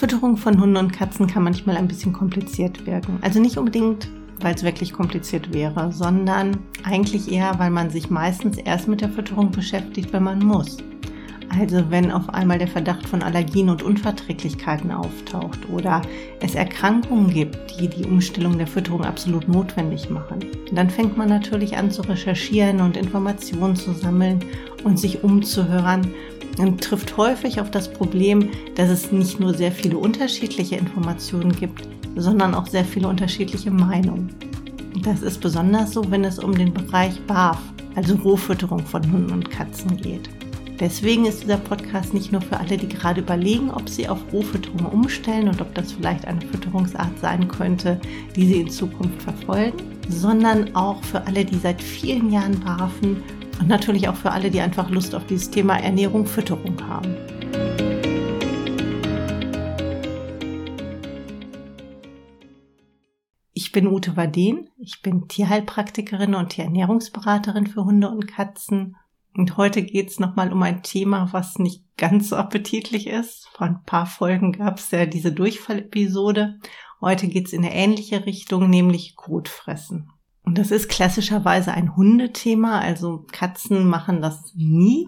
Fütterung von Hunden und Katzen kann manchmal ein bisschen kompliziert wirken. Also nicht unbedingt, weil es wirklich kompliziert wäre, sondern eigentlich eher, weil man sich meistens erst mit der Fütterung beschäftigt, wenn man muss. Also wenn auf einmal der Verdacht von Allergien und Unverträglichkeiten auftaucht oder es Erkrankungen gibt, die die Umstellung der Fütterung absolut notwendig machen. Dann fängt man natürlich an zu recherchieren und Informationen zu sammeln und sich umzuhören und trifft häufig auf das Problem, dass es nicht nur sehr viele unterschiedliche Informationen gibt, sondern auch sehr viele unterschiedliche Meinungen. Das ist besonders so, wenn es um den Bereich BAF, also Rohfütterung von Hunden und Katzen geht. Deswegen ist dieser Podcast nicht nur für alle, die gerade überlegen, ob sie auf Rohfütterung umstellen und ob das vielleicht eine Fütterungsart sein könnte, die sie in Zukunft verfolgen, sondern auch für alle, die seit vielen Jahren barfen und natürlich auch für alle, die einfach Lust auf dieses Thema Ernährung, Fütterung haben. Ich bin Ute Warden, ich bin Tierheilpraktikerin und Tierernährungsberaterin für Hunde und Katzen. Und heute geht es nochmal um ein Thema, was nicht ganz so appetitlich ist. Vor ein paar Folgen gab es ja diese Durchfall-Episode. Heute geht es in eine ähnliche Richtung, nämlich Kotfressen. Und das ist klassischerweise ein Hundethema, also Katzen machen das nie.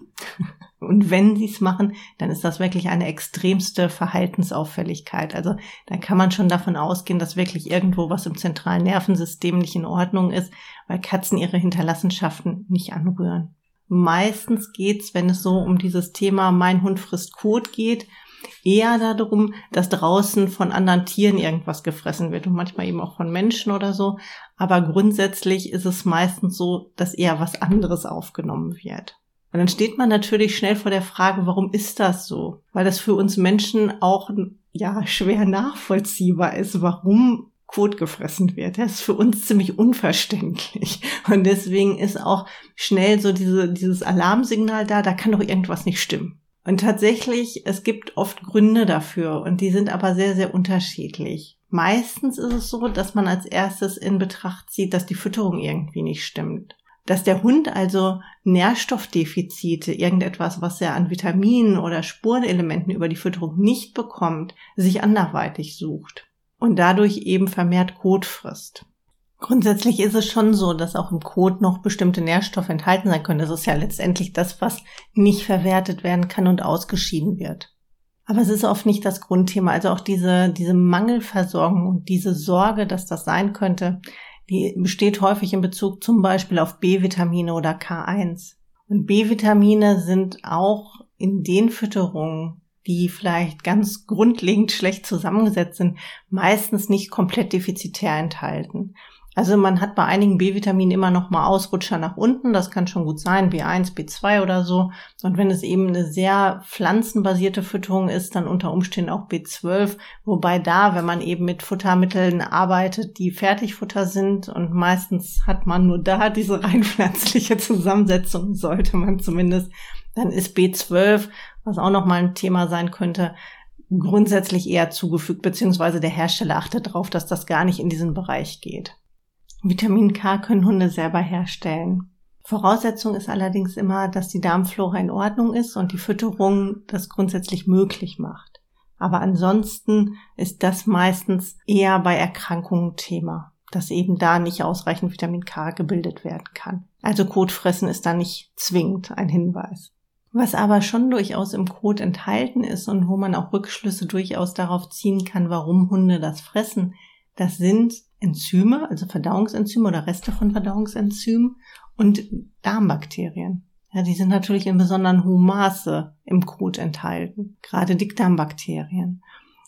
Und wenn sie es machen, dann ist das wirklich eine extremste Verhaltensauffälligkeit. Also da kann man schon davon ausgehen, dass wirklich irgendwo was im zentralen Nervensystem nicht in Ordnung ist, weil Katzen ihre Hinterlassenschaften nicht anrühren. Meistens geht's, wenn es so um dieses Thema mein Hund frisst Kot geht, eher darum, dass draußen von anderen Tieren irgendwas gefressen wird und manchmal eben auch von Menschen oder so. Aber grundsätzlich ist es meistens so, dass eher was anderes aufgenommen wird. Und dann steht man natürlich schnell vor der Frage, warum ist das so? Weil das für uns Menschen auch schwer nachvollziehbar ist, warum Kot gefressen wird. Das ist für uns ziemlich unverständlich. Und deswegen ist auch schnell so dieses Alarmsignal da kann doch irgendwas nicht stimmen. Und tatsächlich, es gibt oft Gründe dafür und die sind aber sehr, sehr unterschiedlich. Meistens ist es so, dass man als erstes in Betracht zieht, dass die Fütterung irgendwie nicht stimmt. Dass der Hund also Nährstoffdefizite, irgendetwas, was er an Vitaminen oder Spurenelementen über die Fütterung nicht bekommt, sich anderweitig sucht. Und dadurch eben vermehrt Kot frisst. Grundsätzlich ist es schon so, dass auch im Kot noch bestimmte Nährstoffe enthalten sein können. Das ist ja letztendlich das, was nicht verwertet werden kann und ausgeschieden wird. Aber es ist oft nicht das Grundthema. Also auch diese Mangelversorgung und diese Sorge, dass das sein könnte, die besteht häufig in Bezug zum Beispiel auf B-Vitamine oder K1. Und B-Vitamine sind auch in den Fütterungen, die vielleicht ganz grundlegend schlecht zusammengesetzt sind, meistens nicht komplett defizitär enthalten. Also man hat bei einigen B-Vitaminen immer noch mal Ausrutscher nach unten, das kann schon gut sein, B1, B2 oder so. Und wenn es eben eine sehr pflanzenbasierte Fütterung ist, dann unter Umständen auch B12, wobei da, wenn man eben mit Futtermitteln arbeitet, die Fertigfutter sind und meistens hat man nur da diese rein pflanzliche Zusammensetzung, sollte man zumindest, dann ist B12, was auch nochmal ein Thema sein könnte, grundsätzlich eher zugefügt, beziehungsweise der Hersteller achtet darauf, dass das gar nicht in diesen Bereich geht. Vitamin K können Hunde selber herstellen. Voraussetzung ist allerdings immer, dass die Darmflora in Ordnung ist und die Fütterung das grundsätzlich möglich macht. Aber ansonsten ist das meistens eher bei Erkrankungen Thema, dass eben da nicht ausreichend Vitamin K gebildet werden kann. Also Kotfressen ist da nicht zwingend ein Hinweis. Was aber schon durchaus im Kot enthalten ist und wo man auch Rückschlüsse durchaus darauf ziehen kann, warum Hunde das fressen, das sind Enzyme, also Verdauungsenzyme oder Reste von Verdauungsenzymen und Darmbakterien. Ja, die sind natürlich in besonderen hohem Maße im Kot enthalten, gerade Dickdarmbakterien.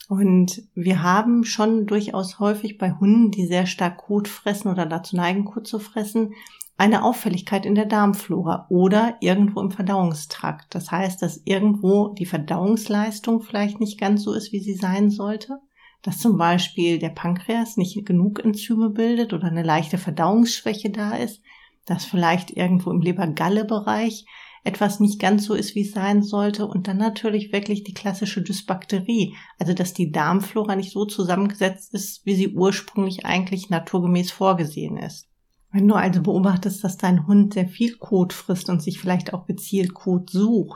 Und wir haben schon durchaus häufig bei Hunden, die sehr stark Kot fressen oder dazu neigen, Kot zu fressen, eine Auffälligkeit in der Darmflora oder irgendwo im Verdauungstrakt. Das heißt, dass irgendwo die Verdauungsleistung vielleicht nicht ganz so ist, wie sie sein sollte. Dass zum Beispiel der Pankreas nicht genug Enzyme bildet oder eine leichte Verdauungsschwäche da ist. Dass vielleicht irgendwo im Leber-Galle-Bereich etwas nicht ganz so ist, wie es sein sollte. Und dann natürlich wirklich die klassische Dysbakterie. Also dass die Darmflora nicht so zusammengesetzt ist, wie sie ursprünglich eigentlich naturgemäß vorgesehen ist. Wenn du also beobachtest, dass dein Hund sehr viel Kot frisst und sich vielleicht auch gezielt Kot sucht,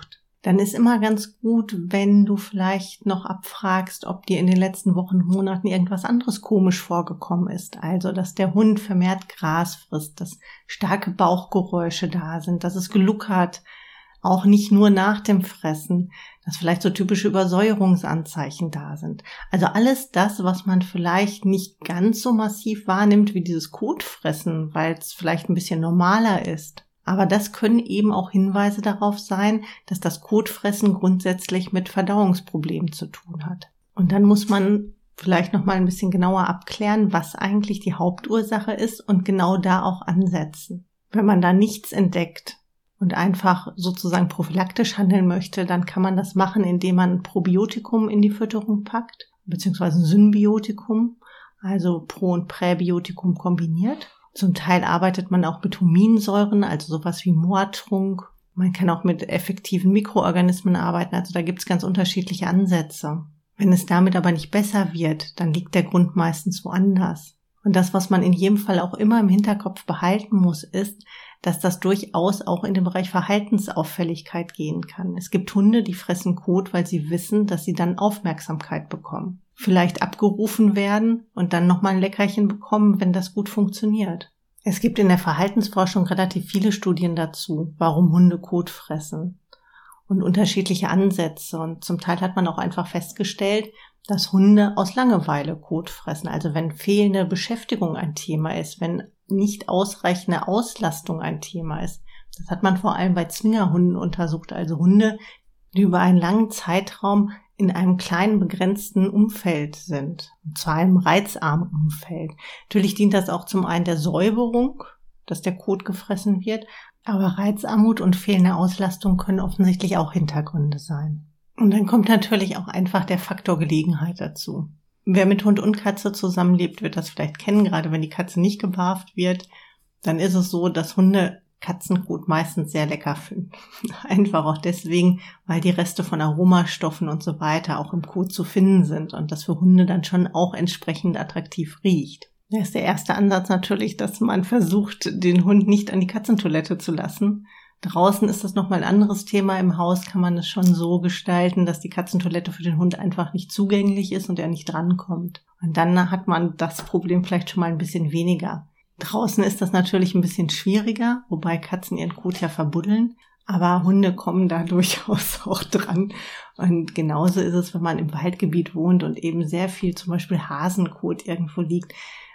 dann ist immer ganz gut, wenn du vielleicht noch abfragst, ob dir in den letzten Wochen, Monaten irgendwas anderes komisch vorgekommen ist. Also, dass der Hund vermehrt Gras frisst, dass starke Bauchgeräusche da sind, dass es gluckert, auch nicht nur nach dem Fressen, dass vielleicht so typische Übersäuerungsanzeichen da sind. Also alles das, was man vielleicht nicht ganz so massiv wahrnimmt wie dieses Kotfressen, weil es vielleicht ein bisschen normaler ist. Aber das können eben auch Hinweise darauf sein, dass das Kotfressen grundsätzlich mit Verdauungsproblemen zu tun hat. Und dann muss man vielleicht noch mal ein bisschen genauer abklären, was eigentlich die Hauptursache ist und genau da auch ansetzen. Wenn man da nichts entdeckt und einfach sozusagen prophylaktisch handeln möchte, dann kann man das machen, indem man ein Probiotikum in die Fütterung packt, beziehungsweise ein Symbiotikum, also Pro- und Präbiotikum kombiniert. Zum Teil arbeitet man auch mit Huminsäuren, also sowas wie Moortrunk. Man kann auch mit effektiven Mikroorganismen arbeiten, also da gibt es ganz unterschiedliche Ansätze. Wenn es damit aber nicht besser wird, dann liegt der Grund meistens woanders. Und das, was man in jedem Fall auch immer im Hinterkopf behalten muss, ist, dass das durchaus auch in den Bereich Verhaltensauffälligkeit gehen kann. Es gibt Hunde, die fressen Kot, weil sie wissen, dass sie dann Aufmerksamkeit bekommen. Vielleicht abgerufen werden und dann nochmal ein Leckerchen bekommen, wenn das gut funktioniert. Es gibt in der Verhaltensforschung relativ viele Studien dazu, warum Hunde Kot fressen und unterschiedliche Ansätze. Und zum Teil hat man auch einfach festgestellt, dass Hunde aus Langeweile Kot fressen. Also wenn fehlende Beschäftigung ein Thema ist, wenn nicht ausreichende Auslastung ein Thema ist. Das hat man vor allem bei Zwingerhunden untersucht, also Hunde, die über einen langen Zeitraum in einem kleinen, begrenzten Umfeld sind, und zwar einem reizarmen Umfeld. Natürlich dient das auch zum einen der Säuberung, dass der Kot gefressen wird, aber Reizarmut und fehlende Auslastung können offensichtlich auch Hintergründe sein. Und dann kommt natürlich auch einfach der Faktor Gelegenheit dazu. Wer mit Hund und Katze zusammenlebt, wird das vielleicht kennen, gerade wenn die Katze nicht gebarft wird, dann ist es so, dass Hunde Katzenkot meistens sehr lecker finden. Einfach auch deswegen, weil die Reste von Aromastoffen und so weiter auch im Kot zu finden sind und das für Hunde dann schon auch entsprechend attraktiv riecht. Da ist der erste Ansatz natürlich, dass man versucht, den Hund nicht an die Katzentoilette zu lassen. Draußen ist das nochmal ein anderes Thema. Im Haus kann man es schon so gestalten, dass die Katzentoilette für den Hund einfach nicht zugänglich ist und er nicht drankommt. Und dann hat man das Problem vielleicht schon mal ein bisschen weniger. Draußen ist das natürlich ein bisschen schwieriger, wobei Katzen ihren Kot ja verbuddeln. Aber Hunde kommen da durchaus auch dran. Und genauso ist es, wenn man im Waldgebiet wohnt und eben sehr viel zum Beispiel Hasenkot irgendwo liegt.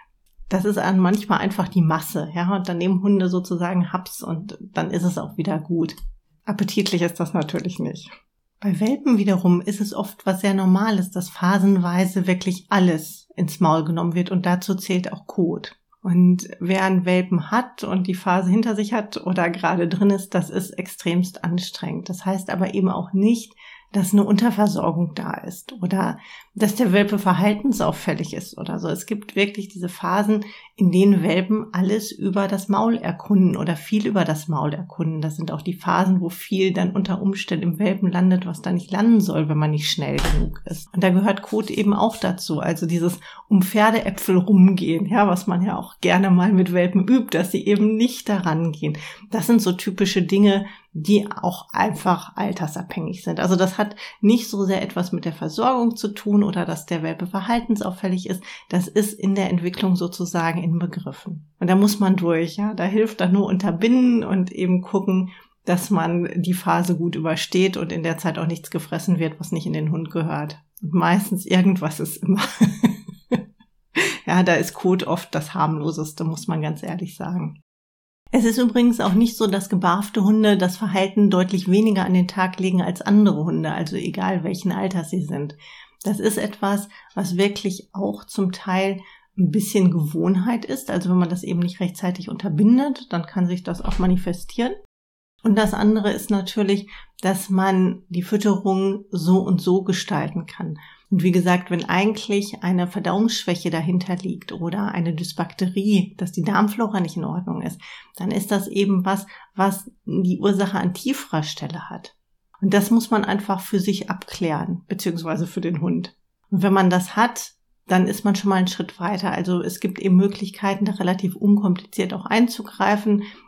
Das ist manchmal einfach die Masse, ja, und dann nehmen Hunde sozusagen Haps und dann ist es auch wieder gut. Appetitlich ist das natürlich nicht. Bei Welpen wiederum ist es oft was sehr Normales, dass phasenweise wirklich alles ins Maul genommen wird und dazu zählt auch Kot. Und wer einen Welpen hat und die Phase hinter sich hat oder gerade drin ist, das ist extremst anstrengend. Das heißt aber eben auch nicht, dass eine Unterversorgung da ist oder dass der Welpe verhaltensauffällig ist oder so. Es gibt wirklich diese Phasen, in denen Welpen alles über das Maul erkunden oder viel über das Maul erkunden. Das sind auch die Phasen, wo viel dann unter Umständen im Welpen landet, was da nicht landen soll, wenn man nicht schnell genug ist. Und da gehört Kot eben auch dazu. Also dieses um Pferdeäpfel rumgehen, ja, was man ja auch gerne mal mit Welpen übt, dass sie eben nicht daran gehen. Das sind so typische Dinge, die auch einfach altersabhängig sind. Also das hat nicht so sehr etwas mit der Versorgung zu tun oder dass der Welpe verhaltensauffällig ist. Das ist in der Entwicklung sozusagen inbegriffen. Und da muss man durch, ja. Da hilft dann nur unterbinden und eben gucken, dass man die Phase gut übersteht und in der Zeit auch nichts gefressen wird, was nicht in den Hund gehört. Und meistens irgendwas ist immer. Ja, da ist Kot oft das harmloseste, muss man ganz ehrlich sagen. Es ist übrigens auch nicht so, dass gebarfte Hunde das Verhalten deutlich weniger an den Tag legen als andere Hunde, also egal welchen Alters sie sind. Das ist etwas, was wirklich auch zum Teil ein bisschen Gewohnheit ist. Also wenn man das eben nicht rechtzeitig unterbindet, dann kann sich das auch manifestieren. Und das andere ist natürlich, dass man die Fütterung so und so gestalten kann. Und wie gesagt, wenn eigentlich eine Verdauungsschwäche dahinter liegt oder eine Dysbakterie, dass die Darmflora nicht in Ordnung ist, dann ist das eben was die Ursache an tieferer Stelle hat. Und das muss man einfach für sich abklären, beziehungsweise für den Hund. Und wenn man das hat, dann ist man schon mal einen Schritt weiter. Also es gibt eben Möglichkeiten, da relativ unkompliziert auch einzugreifen.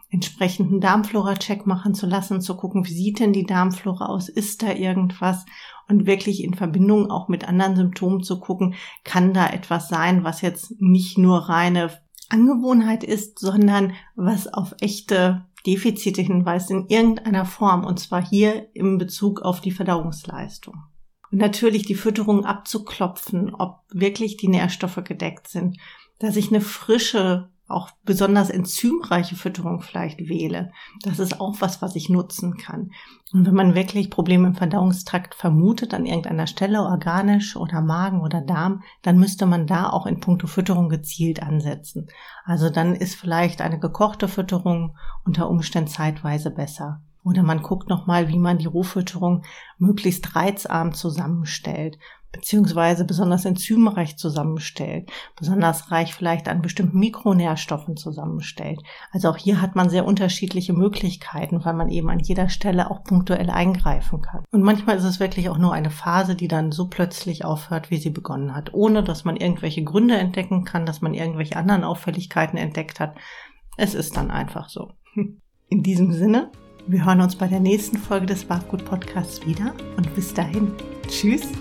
entsprechenden Darmflora-Check machen zu lassen, zu gucken, wie sieht denn die Darmflora aus, ist da irgendwas, und wirklich in Verbindung auch mit anderen Symptomen zu gucken, kann da etwas sein, was jetzt nicht nur reine Angewohnheit ist, sondern was auf echte Defizite hinweist in irgendeiner Form, und zwar hier im Bezug auf die Verdauungsleistung. Und natürlich die Fütterung abzuklopfen, ob wirklich die Nährstoffe gedeckt sind, dass ich eine frische, auch besonders enzymreiche Fütterung vielleicht wähle. Das ist auch was ich nutzen kann. Und wenn man wirklich Probleme im Verdauungstrakt vermutet, an irgendeiner Stelle, organisch oder Magen oder Darm, dann müsste man da auch in puncto Fütterung gezielt ansetzen. Also dann ist vielleicht eine gekochte Fütterung unter Umständen zeitweise besser. Oder man guckt nochmal, wie man die Rohfütterung möglichst reizarm zusammenstellt, beziehungsweise besonders enzymreich zusammenstellt, besonders reich vielleicht an bestimmten Mikronährstoffen zusammenstellt. Also auch hier hat man sehr unterschiedliche Möglichkeiten, weil man eben an jeder Stelle auch punktuell eingreifen kann. Und manchmal ist es wirklich auch nur eine Phase, die dann so plötzlich aufhört, wie sie begonnen hat, ohne dass man irgendwelche Gründe entdecken kann, dass man irgendwelche anderen Auffälligkeiten entdeckt hat. Es ist dann einfach so. In diesem Sinne, wir hören uns bei der nächsten Folge des Wachgut Podcasts wieder und bis dahin. Tschüss!